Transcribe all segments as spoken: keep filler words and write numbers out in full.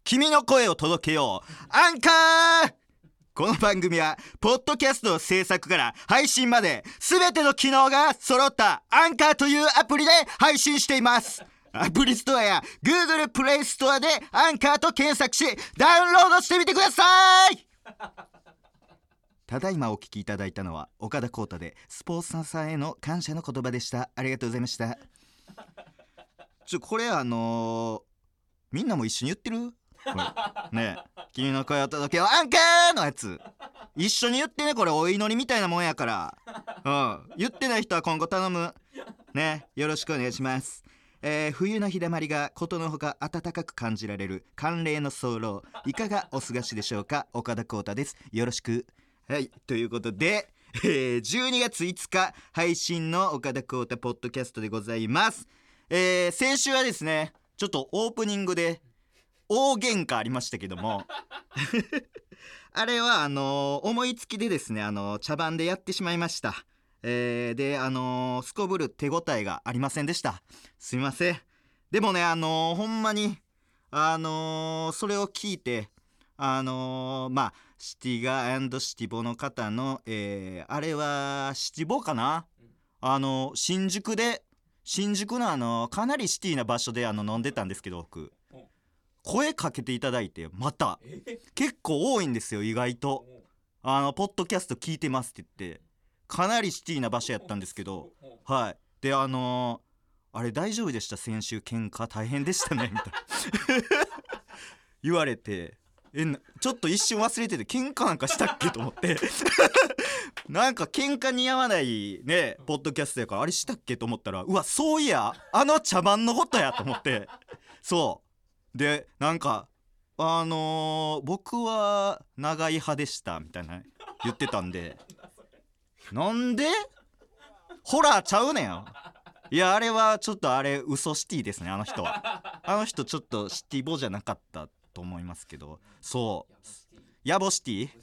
君の声を届けようアンカー。この番組はポッドキャストの制作から配信まで全ての機能が揃ったアンカーというアプリで配信しています。アプリストアや Google プレイストアでアンカーと検索しダウンロードしてみてください。ただいまお聞きいただいたのは岡田浩太でスポーツさんへの感謝の言葉でした。ありがとうございました。ちょこれあのー、みんなも一緒に言ってるこれねえ君の声を届けようアンカーのやつ一緒に言ってね。これお祈りみたいなもんやから、うん、言ってない人は今後頼むね。よろしくお願いします。えー、冬の日だまりがことのほか暖かく感じられる寒冷の早漏、いかがお過ごしでしょうか。岡田浩太です。よろしく。はいということで、えー、じゅうにがついつか配信の岡田浩太ポッドキャストでございます。えー、先週はですねちょっとオープニングで大喧嘩ありましたけどもあれはあのー、思いつきでですね、あのー、茶番でやってしまいました。えー、であのー、すこぶる手応えがありませんでした。すいません。でもねあのー、ほんまにあのー、それを聞いてあのー、まあシティガ&シティボの方の、えー、あれはシティボかな、あのー、新宿で新宿のあのー、かなりシティな場所であの飲んでたんですけど、僕声かけていただいてまた結構多いんですよ。意外とあのポッドキャスト聞いてますって言ってかなりシティな場所やったんですけど、はいであのー、あれ大丈夫でした先週喧嘩大変でしたねみたいな言われてえちょっと一瞬忘れてて喧嘩なんかしたっけと思ってなんか喧嘩似合わないねポッドキャストやからあれしたっけと思ったら、うわそういやあの茶番のことやと思ってそうでなんかあのー、僕は長い派でしたみたいな言ってたんでなんでホラーちゃうねん。いやあれはちょっとあれ嘘シティですね。あの人はあの人ちょっとシティボじゃなかったと思いますけど、そうヤボシティ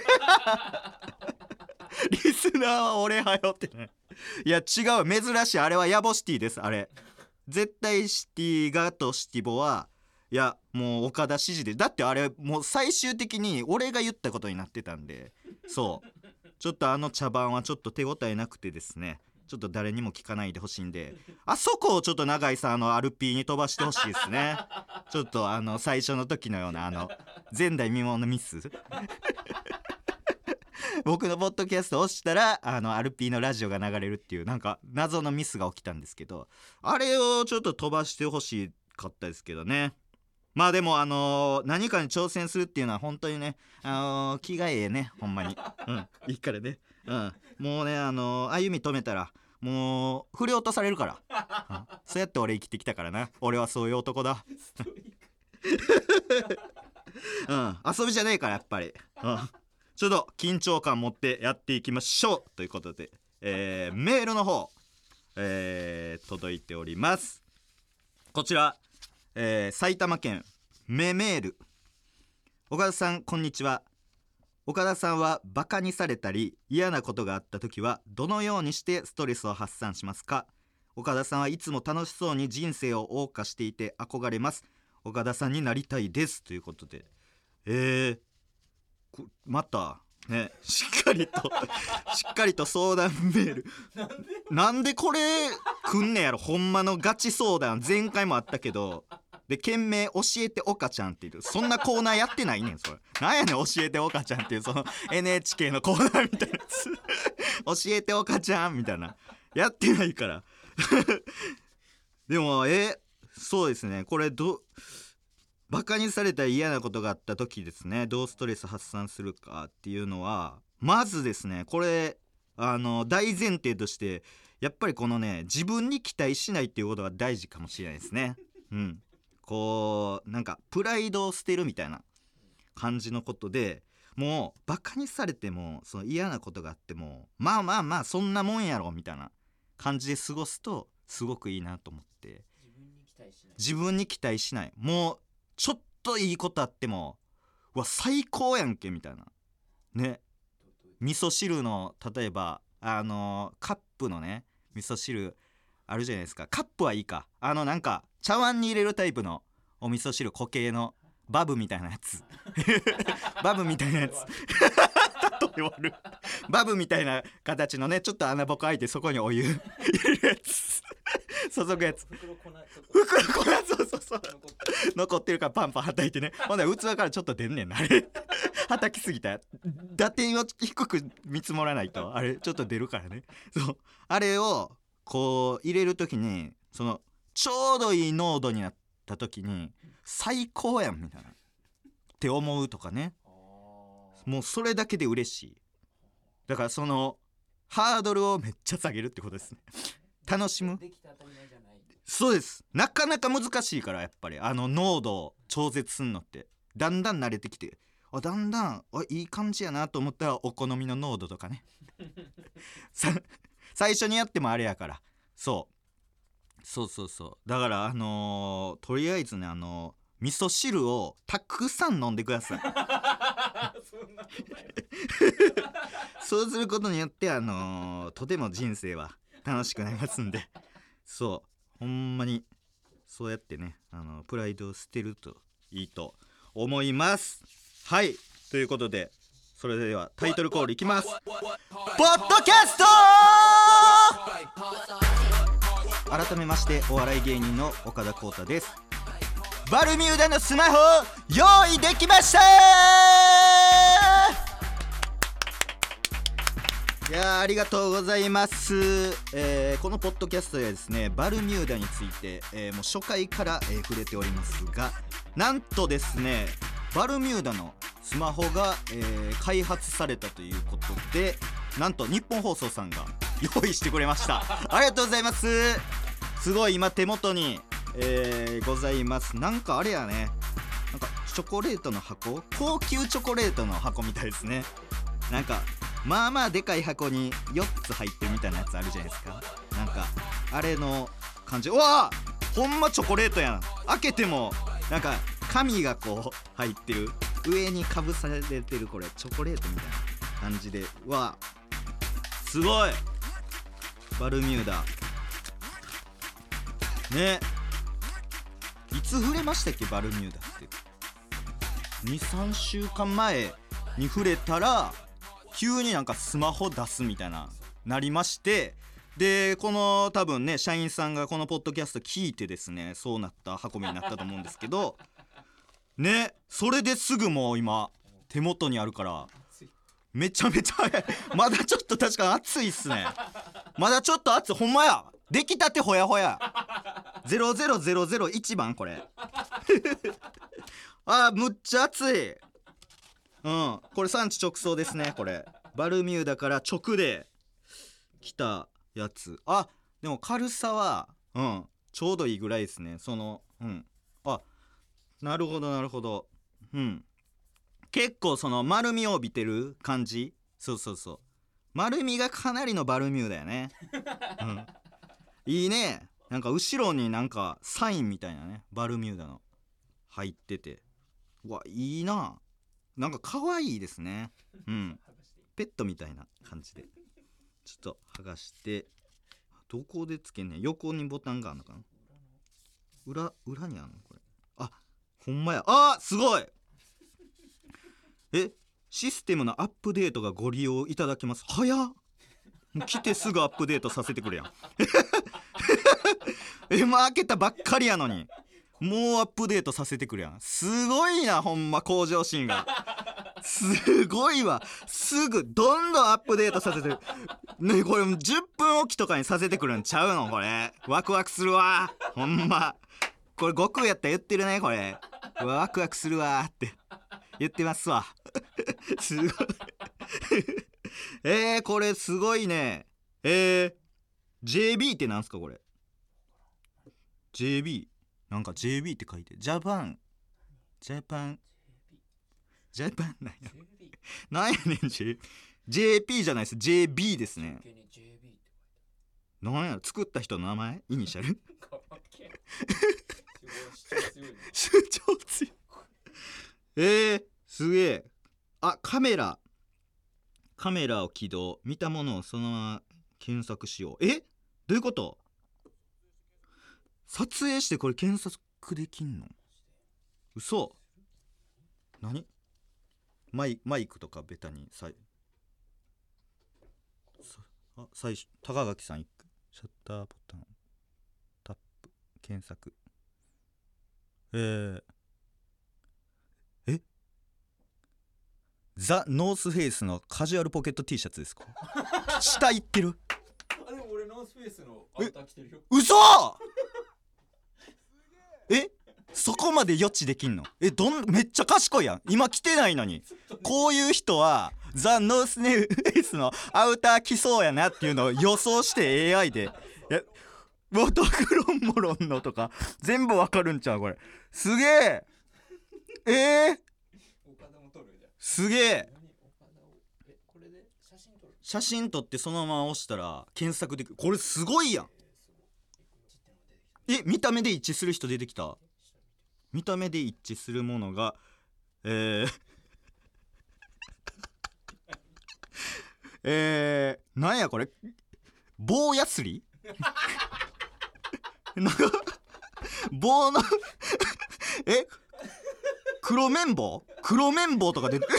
リスナーは俺はよってね。いや違う珍しい、あれはヤボシティです。あれ絶対シティガとシティボはいやもう岡田指示で、だってあれもう最終的に俺が言ったことになってたんで、そうちょっとあの茶番はちょっと手応えなくてですね、ちょっと誰にも聞かないでほしいんで、あそこをちょっと永井さんあのアルピーに飛ばしてほしいですね。ちょっとあの最初の時のようなあの前代未聞のミス僕のポッドキャスト押したらあのアルピーのラジオが流れるっていうなんか謎のミスが起きたんですけど、あれをちょっと飛ばしてほしかったですけどね。まあでもあのー、何かに挑戦するっていうのは本当にね、あのー、気がええねほんまに、うん、いいからね、うん、もうねあのー、歩み止めたらもう振り落とされるから、うん、そうやって俺生きてきたからな。俺はそういう男だうん、遊びじゃねえからやっぱり、うん、ちょっと緊張感持ってやっていきましょうということで、えー、メールの方、えー、届いております。こちらえー、埼玉県メメール。岡田さんこんにちは。岡田さんはバカにされたり嫌なことがあった時はどのようにしてストレスを発散しますか？岡田さんはいつも楽しそうに人生を謳歌していて憧れます。岡田さんになりたいですということで、えー、またねしっかりとしっかりと相談メールなんでなんでこれ来んねやろ。ほんまのガチ相談前回もあったけどで件名教えて岡ちゃんっていうそんなコーナーやってないねん。それなんやねん教えて岡ちゃんっていうその エヌエイチケー のコーナーみたいなやつ教えて岡ちゃんみたいなやってないからでもえそうですね、これどバカにされたら嫌なことがあった時ですね、どうストレス発散するかっていうのはまずですね、これあの大前提としてやっぱりこのね自分に期待しないっていうことが大事かもしれないですね。うんこうなんかプライドを捨てるみたいな感じのことで、もうバカにされてもその嫌なことがあってもまあまあまあそんなもんやろみたいな感じで過ごすとすごくいいなと思って、自分に期待しない、もうちょっといいことあってもうわ最高やんけみたいなね。味噌汁の例えばあのカップのね味噌汁あるじゃないですか。カップはいいか、あのなんか茶碗に入れるタイプのお味噌汁固形のバブみたいなやつバブみたいなやつ例え悪いバブみたいな形のね、ちょっと穴ぼこ開いてそこにお湯入れるやつ注ぐやつ、袋粉、そうそうそう残ってるからパンパンはたいてね、ほんで器からちょっと出んねんなあれはたきすぎた打点を低く見積もらないとあれちょっと出るからね。そうあれをこう入れるときにそのちょうどいい濃度になったときに最高やんみたいなって思うとかね、もうそれだけで嬉しい。だからそのハードルをめっちゃ下げるってことですね楽しむ。そうです。なかなか難しいから、やっぱりあの濃度を調節するのってだんだん慣れてきて、あだんだんあいい感じやなと思ったらお好みの濃度とかね最初にやってもあれやから、そうそうそうそうだからあのー、とりあえずねあのー、味噌汁をたくさん飲んでくださいそうすることによってあのー、とても人生は楽しくなりますんで、そうほんまにそうやってねあのプライドを捨てるといいと思います。はいということでそれではタイトルコールいきます。ポッドキャスト改めましてお笑い芸人の岡田浩太です。バルミューダのスマホ用意できました。いやありがとうございます、えー、このポッドキャストではですねバルミューダについて、えー、もう初回から、えー、触れておりますが、なんとですねバルミューダのスマホが、えー、開発されたということで、なんと日本放送さんが用意してくれましたありがとうございます。すごい今手元に、えー、ございます。なんかあれやね、なんかチョコレートの箱、高級チョコレートの箱みたいですね。なんかまあまあでかい箱によっつ入ってるみたいなやつあるじゃないですか。なんかあれの感じ。うわーほんまチョコレートやん。開けてもなんか紙がこう入ってる、上にかぶされてる、これチョコレートみたいな感じで、うわすごいバルミューダね。いつ触れましたっけバルミューダって。にさんしゅうかんまえに触れたら急になんかスマホ出すみたいななりまして、でこの多分ね社員さんがこのポッドキャスト聞いてですねそうなった運びになったと思うんですけどね、それですぐもう今手元にあるからめちゃめちゃ早いまだちょっと確かに熱いっすね。まだちょっと熱い、ほんまや出来たてほやほやゼロゼロゼロゼロいちばんこれあーむっちゃ熱い。うんこれ産地直送ですね。これバルミューダから直で来たやつ。あでも軽さはうんちょうどいいぐらいですね。そのうんあなるほどなるほど、うん結構その丸みを帯びてる感じ。そうそうそう丸みがかなりのバルミューダよね、うん、いいね。なんか後ろになんかサインみたいなねバルミューダの入ってて、うわいいな、なんか可愛いですね。うんペットみたいな感じでちょっと剥がして、どこでつけんねん。横にボタンがあるのかな、裏裏にあるのこれ。あほんまや。あーすごいえシステムのアップデートがご利用いただけます。早っ、もう来てすぐアップデートさせてくれやんえまあ開けたばっかりやのにもうアップデートさせてくれやん。すごいなほんま向上心がすごいわ。すぐどんどんアップデートさせてるね。これじゅっぷんおきとかにさせてくるんちゃうのこれ。ワクワクするわほんま。これ悟空やったら言ってるねこれ。ワクワクするわって言ってますわすごいえー、これすごいね。えー、ジェービー ってなんすかこれ。 ジェービー なんか ジェービー って書いてジャパンジャパンジャパンなんやなんやねん Jジェーピー じゃないです。 ジェービー ですね。なんや作った人の名前イニシャル主張強いえー、すげえ。あカメラカメラを起動、見たものをそのまま検索しよう。えどういうこと。撮影してこれ検索できんの。嘘。 何マイマイクとかベタにさいさあ最初高垣さん一句シャッターボタンタップ検索えー、えザ・ノースフェイスのカジュアルポケット T シャツですか下いってる。 あ、でも俺ノースフェイスのアウター着てるよ。 嘘えそこまで予知できんの？えどんめっちゃ賢いやん。今着てないのに。こういう人はザ・ノースフェイスのアウター着そうやなっていうのを予想して エーアイ でやモトクロンモロンのとか全部わかるんちゃうこれ。すげええー、すげえ。写真撮ってそのまま押したら検索できる。これすごいやん。え見た目で一致する人出てきた。見た目で一致するものがえーえー、なんやこれ棒やすりなんか棒のえ黒綿棒黒綿棒とか出て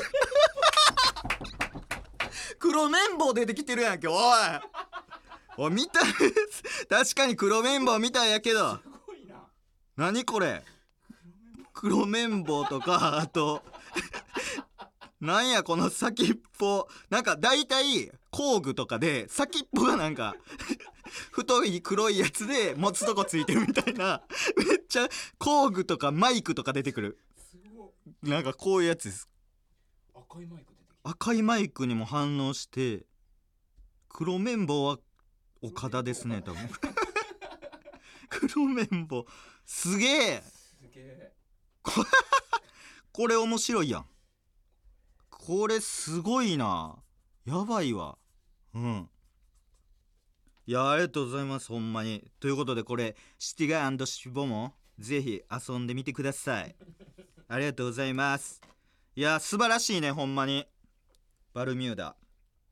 黒綿棒出てきてるやんけ。おいおい見た確かに黒綿棒みたいやけど何これ黒綿棒とかあとなんやこの先っぽなんかだいたい工具とかで先っぽがなんか太い黒いやつで持つとこついてるみたいなめっちゃ工具とかマイクとか出てくる。なんかこういうやつです。 赤いマイク出てきた。 赤いマイクにも反応して黒綿棒は岡田ですね多分黒綿棒すげえこれ面白いやん。これすごいな。やばいわ。うんいやありがとうございますほんまに。ということでこれシティガ&シボもぜひ遊んでみてください。ありがとうございます。いや素晴らしいねほんまに。バルミューダ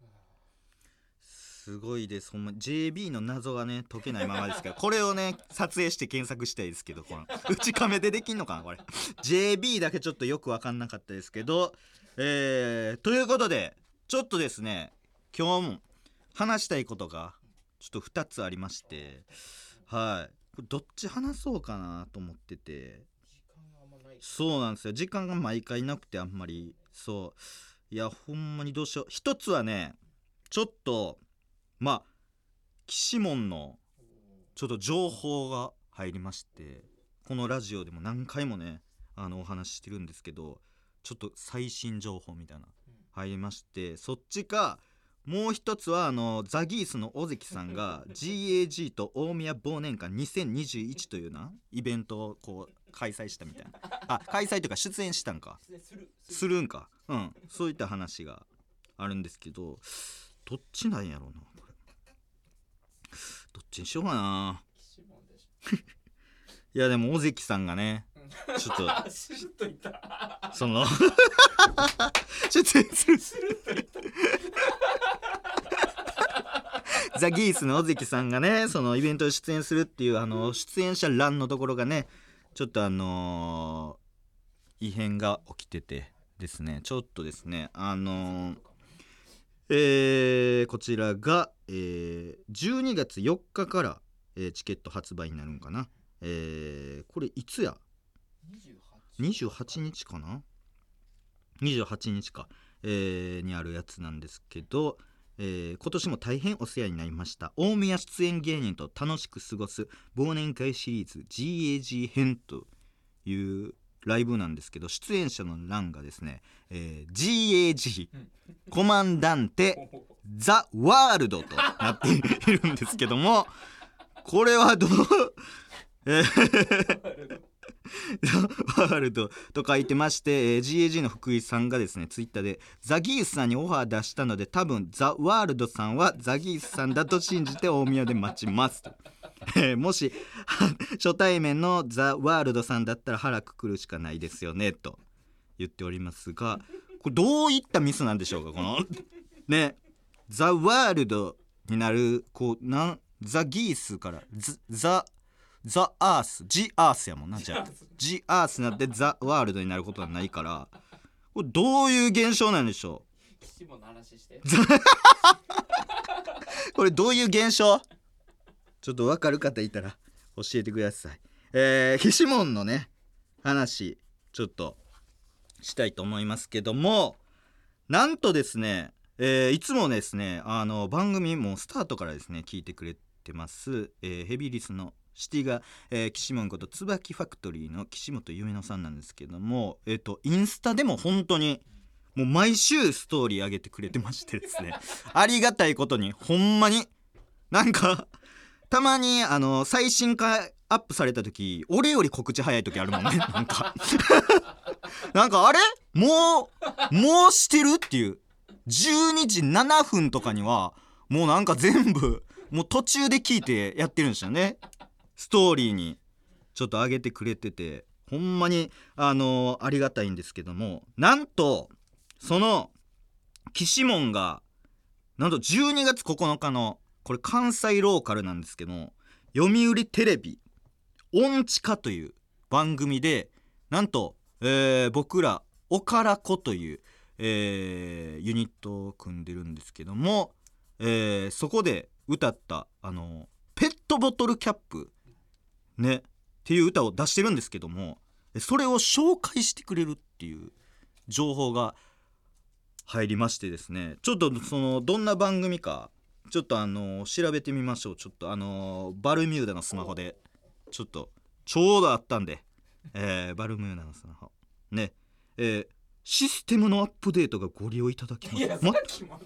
すごいですほんま。 ジェービー の謎がね解けないままですからこれをね撮影して検索したいですけどこの内カメでできんのかなこれジェービー だけちょっとよく分かんなかったですけどえー、ということでちょっとですね今日も話したいことがちょっとふたつありましてはいこれどっち話そうかなと思っててそうなんですよ時間が毎回なくてあんまりそういやほんまにどうしよう。一つはねちょっとまあ岸門のちょっと情報が入りましてこのラジオでも何回もねあのお話ししてるんですけどちょっと最新情報みたいな入りましてそっちかもう一つはあのザギースの尾関さんが ジーエージー と大宮忘年会にせんにじゅういちというなイベントをこう開催したみたいなあ開催というか出演したんかするんかうんそういった話があるんですけどどっちなんやろうなこれどっちにしようかな。いやでも尾関さんがねちょっとその出演するザ・ギースの尾関さんがねそのイベントに出演するっていうあの出演者欄のところがねちょっとあのー、異変が起きててですねちょっとですねあのーえー、こちらが、えー、じゅうにがつよっかから、えー、チケット発売になるんかな。えー、これいつやにじゅうはちにちかなにじゅうはちにちか、えー、にあるやつなんですけど、えー、今年も大変お世話になりました大宮出演芸人と楽しく過ごす忘年会シリーズ ジーエージー 編というライブなんですけど出演者の欄がですね、えー、ジーエージー コマンダンテザ・ワールドとなっているんですけどもこれはどうえーワールドと書いてまして、えー、ジーエージー の福井さんがですねツイッターでザギースさんにオファー出したので多分ザ・ワールドさんはザギースさんだと信じて大宮で待ちますと、えー、もし初対面のザ・ワールドさんだったら腹くくるしかないですよねと言っておりますがこれどういったミスなんでしょうかこのねザ・ワールドになるこうなんザ・ギースからザ・ザ・アースジ・アースやもんなじゃあジ・アースになってザ・ワールドになることはないからこれどういう現象なんでしょ岸本の話してうこれどういう現象ちょっと分かる方いたら教えてください。えー、岸門のね話ちょっとしたいと思いますけども、なんとですね、えー、いつもですねあの番組もスタートからですね聞いてくれてます、えー、ヘビーリスのシティが、えー、岸本こと椿ファクトリーの岸本夢乃さんなんですけども、えっとインスタでも本当にもう毎週ストーリー上げてくれてましてですねありがたいことにほんまになんかたまにあの最新回アップされた時俺より告知早い時あるもんねなんかなんかあれもうもうしてるっていうじゅうにじななふんとかにはもうなんか全部もう途中で聞いてやってるんですよね。ストーリーにちょっと上げてくれててほんまにあのー、ありがたいんですけども、なんとその岸門がなんとじゅうにがつここのかのこれ関西ローカルなんですけど読売テレビ音痴化という番組でなんと、えー、僕らおからこという、えー、ユニットを組んでるんですけども、えー、そこで歌ったあのペットボトルキャップねっていう歌を出してるんですけども、それを紹介してくれるっていう情報が入りましてですね、ちょっとそのどんな番組かちょっとあの調べてみましょう。ちょっとあのバルミューダのスマホでちょっとちょうどあったんで、えー、バルミューダのスマホね、えー、システムのアップデートがご利用いただきます。 いやさっきも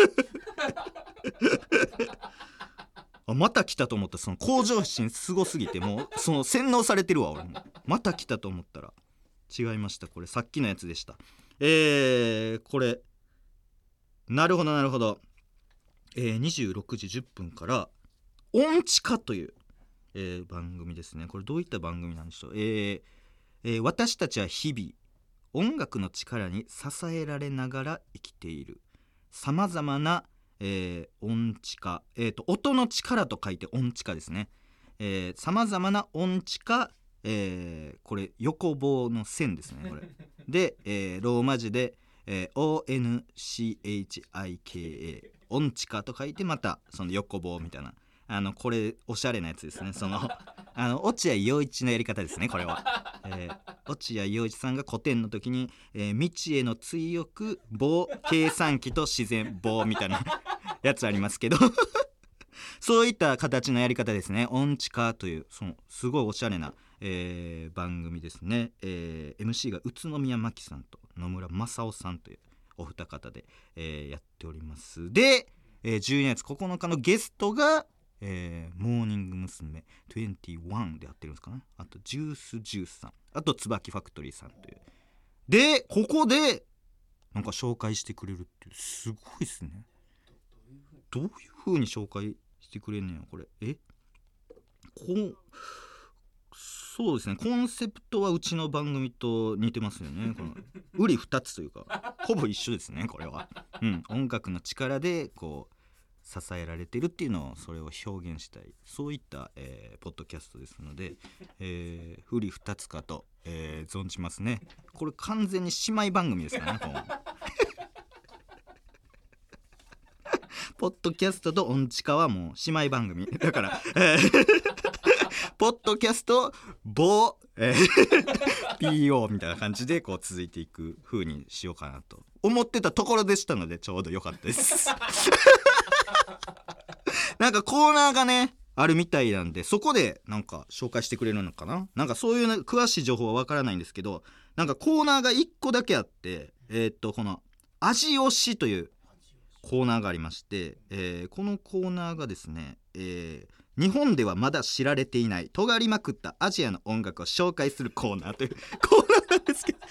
あまた来たと思ったらその向上心すごすぎてもうその洗脳されてるわ俺も。また来たと思ったら違いました。これさっきのやつでした。えー、これなるほどなるほど、えー、にじゅうろくじじゅっぷんから音痴化という、えー、番組ですね。これどういった番組なんでしょう。えーえー、私たちは日々音楽の力に支えられながら生きているさまざまな、えー、音痴化、えーと、音の力と書いて音痴化ですね。さまざまな音痴化、えー、これ横棒の線ですねこれで、えー、ローマ字で、えー、オーエヌシーエイチアイケーエー 音痴化と書いてまたその横棒みたいな、あのこれおしゃれなやつですね。そのあの落合陽一のやり方ですねこれは、えー、落合陽一さんが古典の時に、えー、未知への追憶棒計算機と自然棒みたいなやつありますけどそういった形のやり方ですね。音痴化というそのすごいおしゃれな、えー、番組ですね。えー、エムシー が宇都宮真紀さんと野村正夫さんというお二方で、えー、やっております。で、えー、じゅうにがつここのかのゲストが、えー、モーニング娘。にじゅういちでやってるんですかね。あとジュースジュースさん、あと椿ファクトリーさんというでここでなんか紹介してくれるっていうすごいですね。どういう風に紹介してくれんねんこれ。えこうそうですね、コンセプトはうちの番組と似てますよね。このうり二つというかほぼ一緒ですねこれは、うん、音楽の力でこう支えられてるっていうのをそれを表現したいそういった、えー、ポッドキャストですので、えー、うり二つかと、えー、存じますね。これ完全に姉妹番組ですからねこのポッドキャストと音痴化はもう姉妹番組だから、えーポッドキャストボ、えー、ピーオー みたいな感じでこう続いていく風にしようかなと思ってたところでしたのでちょうど良かったですなんかコーナーがねあるみたいなんでそこでなんか紹介してくれるのかな。なんかそういう、ね、詳しい情報はわからないんですけどなんかコーナーがいっこだけあってえー、っとこの味推しというコーナーがありまして、えー、このコーナーがですね、えー日本ではまだ知られていない尖りまくったアジアの音楽を紹介するコーナーというコーナーなんですけど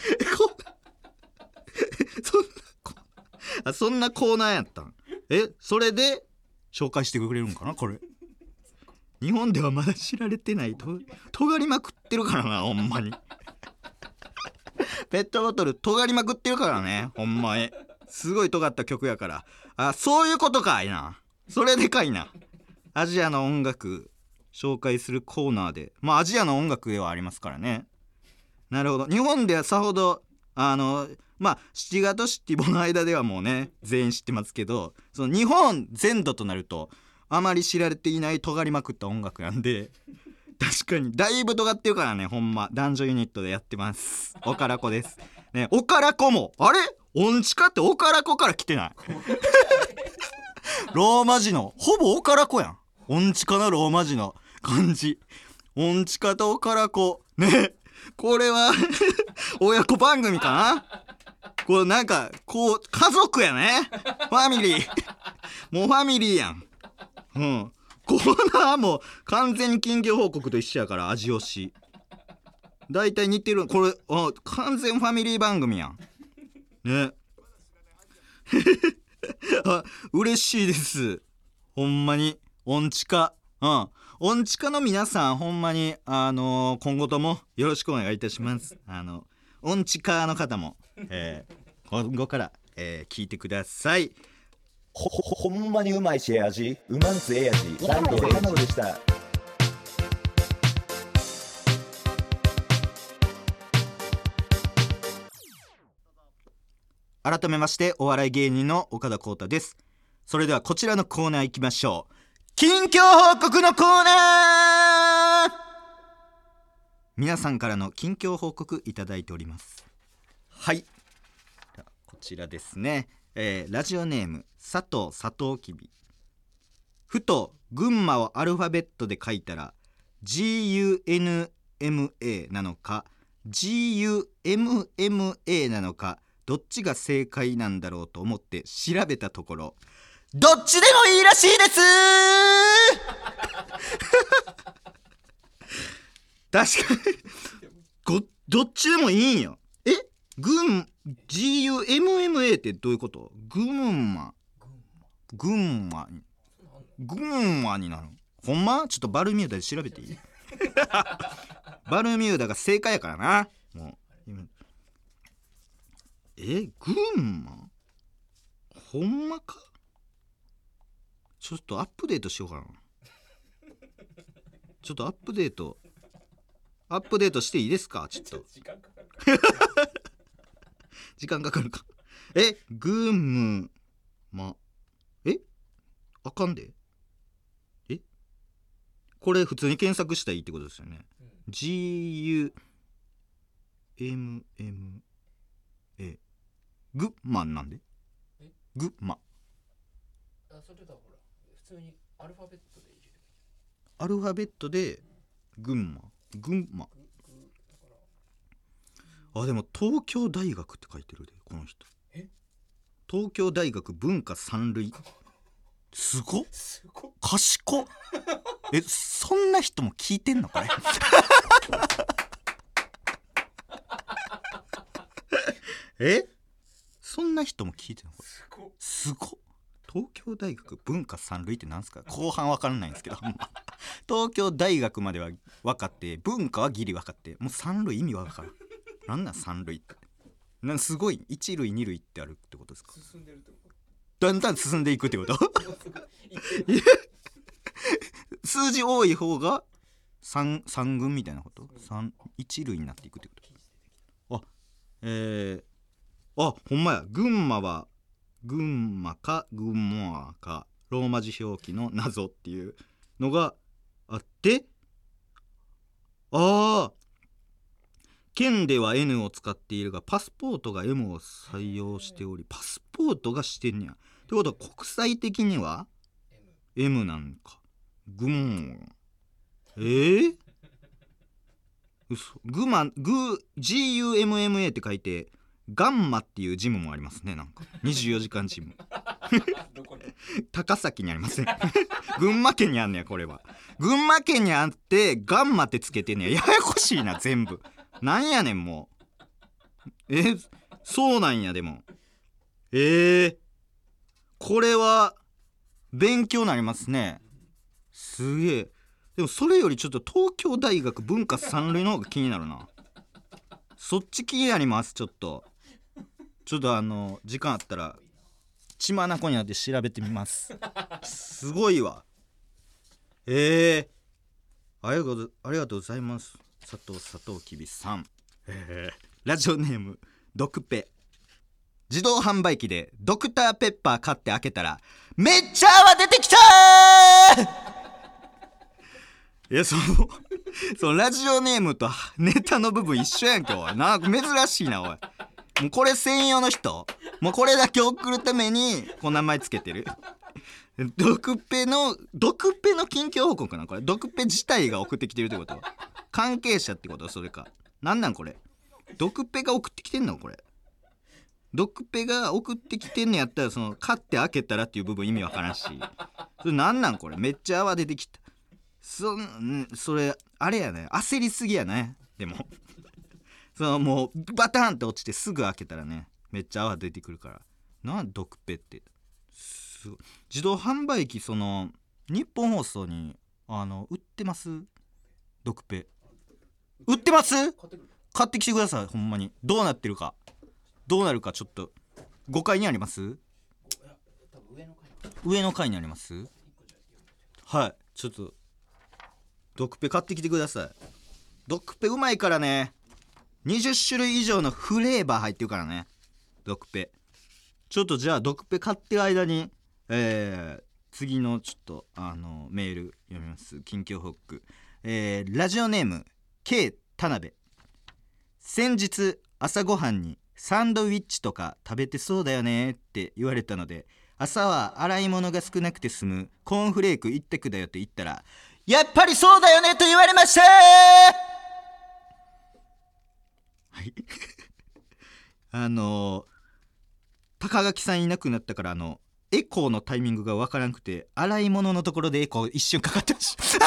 そんなコーナーあそんなコーナーやったん。えそれで紹介してくれるんかなこれ。日本ではまだ知られてないと尖りまくってるからなほんまにペットボトル尖りまくってるからねほんまにすごい尖った曲やから。あそういうことかいな。それでかいな。アジアの音楽紹介するコーナーでまあアジアの音楽ではありますからね。なるほど。日本ではさほどあのまあシティガとシティボの間ではもうね全員知ってますけど、その日本全土となるとあまり知られていない尖りまくった音楽なんで確かにだいぶ尖ってるからね。ほんま男女ユニットでやってますオカラコですね。オカラコもあれ音痴かってオカラコから来てないローマ字のほぼオカラコやん。音痴かなローマ字の漢字音痴かとオカラコね。これは親子番組かな。こうなんかこう家族やね。ファミリーもうファミリーやん。うんコーナーも完全に近況報告と一緒やから。味押しだいたい似てる。これあ完全ファミリー番組やんねあ嬉しいですほんまに。音痴かうん音痴かの皆さんほんまにあのー、今後ともよろしくお願いいたします。あの音痴かの方も、えー、今後から、えー、聞いてください。 ほほほんまにうまいしええ味うまんすええ味ランドエカノルでした。 改めましてお笑い芸人の岡田浩太です。それではこちらのコーナー行きましょう。近況報告のコーナー。皆さんからの近況報告いただいております。はい、こちらですね、えー、ラジオネーム佐藤佐藤きび。ふと群馬をアルファベットで書いたら ジーユーエヌエムエー なのか ジーユーエムエムエー なのかどっちが正解なんだろうと思って調べたところどっちでもいいらしいです確かにごどっちでもいいんや。え群 ジーユーエムエムエー ってどういうこと？群馬群馬群馬になる。ほんまちょっとバルミューダで調べていいバルミューダが正解やからな。もうえ群馬ほんまか。ちょっとアップデートしようかな。ちょっとアップデートアップデートしていいですか。ちょっと時間かかる時間かかるか。え群馬えあかんで。えこれ普通に検索したらいいってことですよね、うん、ジーユーエムエムエー グッマンなんでグッマあそれだほら普通にアルファベットで入れる。 アルファベットで群馬群馬あでも東京大学って書いてるでこの人。 え東京大学文化三類すごっすごっ賢っえそんな人も聞いてんのこれえそんな人も聞いてんのこれすごっすごっ東京大学文化三類ってなんすか。後半わからないんですけど東京大学までは分かって文化はギリ分かってもう三類意味わからん。なんなん三類ってなんすごい一類二類ってあるってことですか。 進んでるってことだんだん進んでいくってこと数字多い方が 3, 三群みたいなこと、三一類になっていくってこと。あえー、あほんまや群馬は群馬か群馬かローマ字表記の謎っていうのがあってああ県では N を使っているがパスポートが エム を採用しておりパスポートがしてんねやってことは国際的には M なんかグンえー、嘘グマグ ジーユーエムエムエー って書いてガンマっていうジムもありますね。なんかにじゅうよじかんジム高崎にありません群馬県にあんねや。これは群馬県にあってガンマってつけてんねや。ややこしいな全部なんやねんもう。えそうなんや。でもえー、これは勉強になりますね。すげえ。でもそれよりちょっと東京大学文化三類の方が気になるな。そっち気になります。ちょっとちょっとあの時間あったら血眼になって調べてみます。すごいわ。えー、ありがとうありがとうございます佐藤佐藤きびさん、えー、ラジオネームドクペ。 自動販売機でドクターペッパー買って開けたらめっちゃ泡出てきたーいやそのそのラジオネームとネタの部分一緒やんけおいな。珍しいなおい。もうこれ専用の人、もうこれだけ送るためにこの名前つけてる。ドクペのドクペの近況報告なこれ。ドクペ自体が送ってきてるってこと？関係者ってこと？それかなんなんこれ。ドクペが送ってきてんのこれ。ドクペが送ってきてんのやったらその買って開けたらっていう部分意味わからんし、それなんなんこれ。めっちゃ泡出てきた。そんそれあれやね、焦りすぎやね。でもそのもうバタンって落ちてすぐ開けたらねめっちゃ泡出てくるから。なんドクペってすごい。自動販売機その日本放送にあの売ってます？ドクペ売ってます？買ってきてくださいほんまに。どうなってるかどうなるかちょっとごかいにあります？上の階にあります？はい、ちょっとドクペ買ってきてください。ドクペうまいからね。にじゅっしゅるい以上のフレーバー入ってるからねドクペ。ちょっとじゃあドクペ買ってる間にえー、次のちょっとあのメール読みます。近況報告、えー、ラジオネーム K 田辺。先日朝ごはんにサンドウィッチとか食べてそうだよねって言われたので、朝は洗い物が少なくて済むコーンフレーク一択だよって言ったら、やっぱりそうだよねと言われましたはいあの高垣さんいなくなったからあのエコーのタイミングがわからんくて、洗い物のところでエコー一瞬かかってました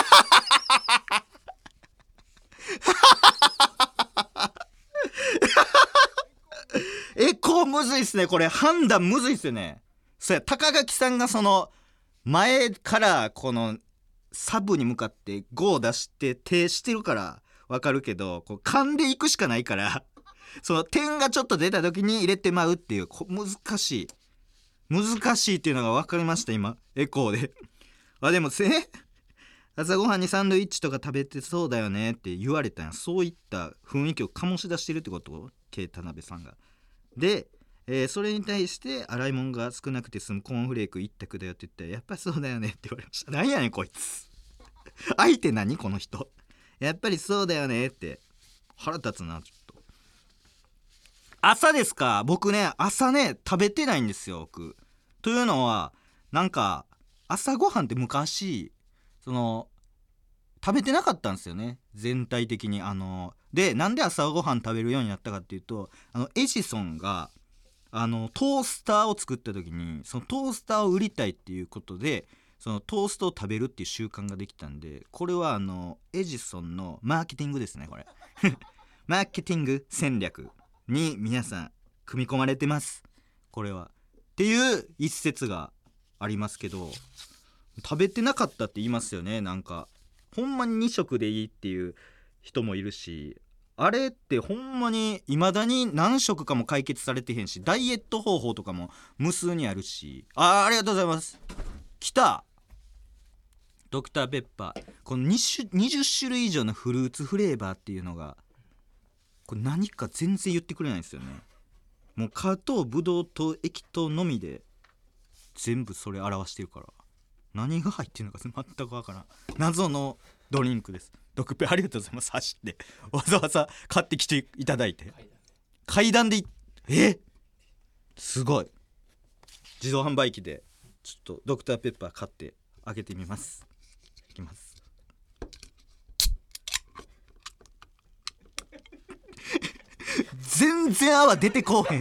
エコーむずいっすねこれ。判断むずいっすよね。そうや、高垣さんがその前からこのサブに向かってゴーを出して手してるからわかるけど、こう噛んでいくしかないからその点がちょっと出た時に入れてまうっていう難しい難しいっていうのが分かりました今エコーであでもせ朝ごはんにサンドイッチとか食べてそうだよねって言われたんや。そういった雰囲気を醸し出してるってこと？ K 田辺さんがで、えー、それに対して洗い物が少なくて済むコーンフレーク一択だよって言ったら、やっぱりそうだよねって言われました。なんやねんこいつ相手何この人。やっぱりそうだよねって。腹立つな。ちょっと朝ですか。僕ね朝ね食べてないんですよ僕。というのはなんか朝ごはんって昔その食べてなかったんですよね全体的に。あのでなんで朝ごはん食べるようになったかっていうと、あのエジソンがあのトースターを作った時にそのトースターを売りたいっていうことでそのトーストを食べるっていう習慣ができたんで、これはあのエジソンのマーケティングですねこれマーケティング戦略に皆さん組み込まれてますこれはっていう一説がありますけど、食べてなかったって言いますよね。なんかほんまにに食でいいっていう人もいるし、あれってほんまに未だに何食かも解決されてへんし、ダイエット方法とかも無数にあるし。あーありがとうございます。来たドクターペッパー。このにじゅう種類以上のフルーツフレーバーっていうのがこれ何か全然言ってくれないんですよね。もう果糖ブドウ糖液糖のみで全部それ表してるから、何が入ってるのか全くわからん謎のドリンクです。ドクペありがとうございます。走ってわざわざ買ってきていただいて階段でえすごい。自動販売機でちょっとドクターペッパー買って開けてみます。いきます全然泡出てこうへん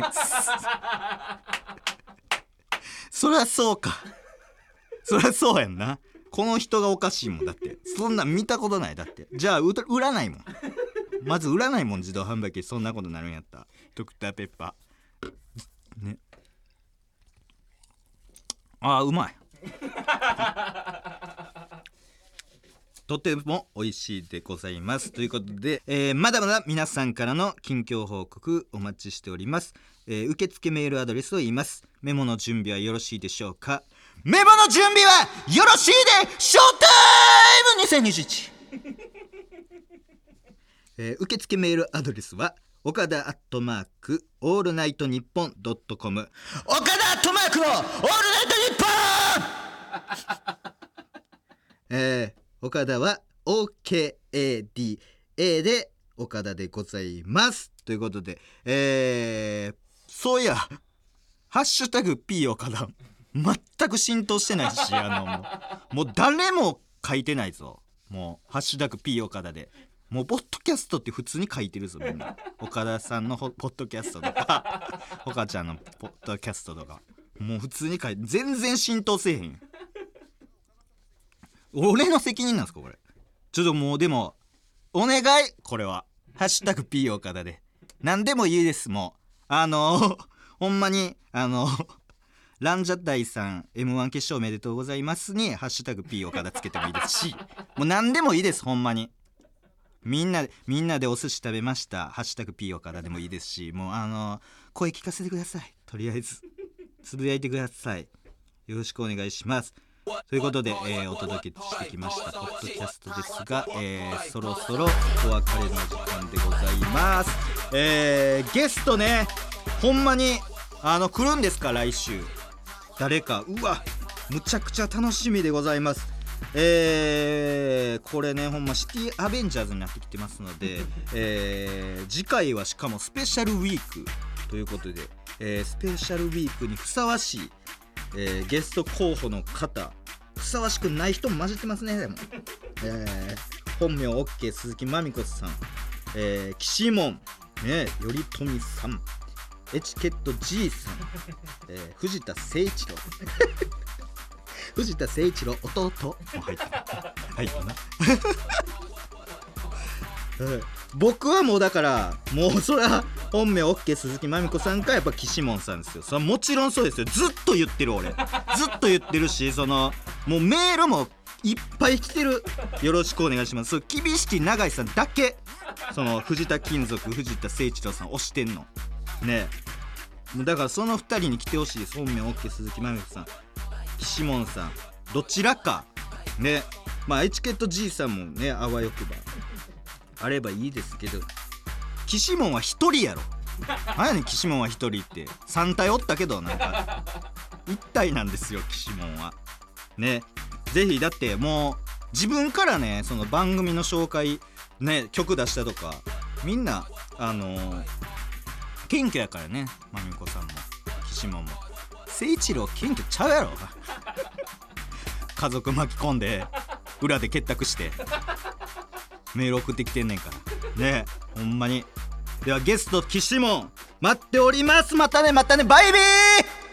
そりゃそうかそりゃそうやんな。この人がおかしいもん。だってそんなん見たことない。だってじゃあ売らないもん。まず売らないもん自動販売機。そんなことなるんやったらドクターペッパーね。あーうまいとても美味しいでございます。ということで、えー、まだまだ皆さんからの近況報告お待ちしております。えー、受付メールアドレスを言います。メモの準備はよろしいでしょうか。メモの準備はよろしいでショータイムにせんにじゅういち、えー、受付メールアドレスは岡田アットマークオールナイトニッポンドットコム、岡田アットマークのオールナイトニッポンえー、岡田は オーケーエーディーエー で岡田でございます。ということで、えー、そういやハッシュタグ P 岡田全く浸透してないし、あのもう、もう誰も書いてないぞ。もうハッシュタグ P 岡田でもうポッドキャストって普通に書いてるぞみんな。岡田さんのポッドキャストとか岡ちゃんのポッドキャストとかもう普通に書いて、全然浸透せえへん。俺の責任なんですかこれ。ちょっともうでもお願い、これはハッシュタグ P 岡田で何でもいいです。もうあのー、ほんまにあのー、ランジャタイさん エムワン 決勝おめでとうございますにハッシュタグ P 岡田つけてもいいですし、もう何でもいいです。ほんまにみんなでみんなでお寿司食べましたハッシュタグ P 岡田でもいいですし、もうあのー、声聞かせてください。とりあえずつぶやいてください。よろしくお願いします。ということで、えー、お届けしてきましたポッドキャストですが、えー、そろそろお別れの時間でございます。えー、ゲストねほんまにあの来るんですか来週誰か。うわむちゃくちゃ楽しみでございます。えー、これねほんまシティアベンジャーズになってきてますので、えー、次回はしかもスペシャルウィークということで、えー、スペシャルウィークにふさわしい、えー、ゲスト候補の方、ふさわしくない人も混じってますね。でも、えー、本名 OK 鈴木まみこさん、えー、岸門、ね、頼富さん、エチケット G さん、えー、藤田誠一郎藤田誠一郎弟も入ってる入ってな僕はもうだからもうそれは本名 OK 鈴木まみこさんかやっぱ岸門さんですよ。それはもちろんそうですよ。ずっと言ってる俺ずっと言ってるし、そのもうメールもいっぱい来てる。よろしくお願いします。そうキビシティ永井さんだけその藤田金属藤田誠一郎さん推してんのね。だからそのふたりに来てほしいです。本名 OK 鈴木まみこさん岸門さんどちらかね。まあエチケット G さんもねあわよくばあればいいですけど、岸門は一人やろ。何やねん岸門は一人ってさん体おったけどなんか一体なんですよ岸門はね。ぜひだってもう自分からねその番組の紹介ね曲出したとかみんなあのー、謙虚やからね。まみこさんも岸門も誠一郎謙虚ちゃうやろ家族巻き込んで裏で結託してメール送ってきてんねんからね。ほんまに。ではゲスト岸門待っております。またねまたねバイビー。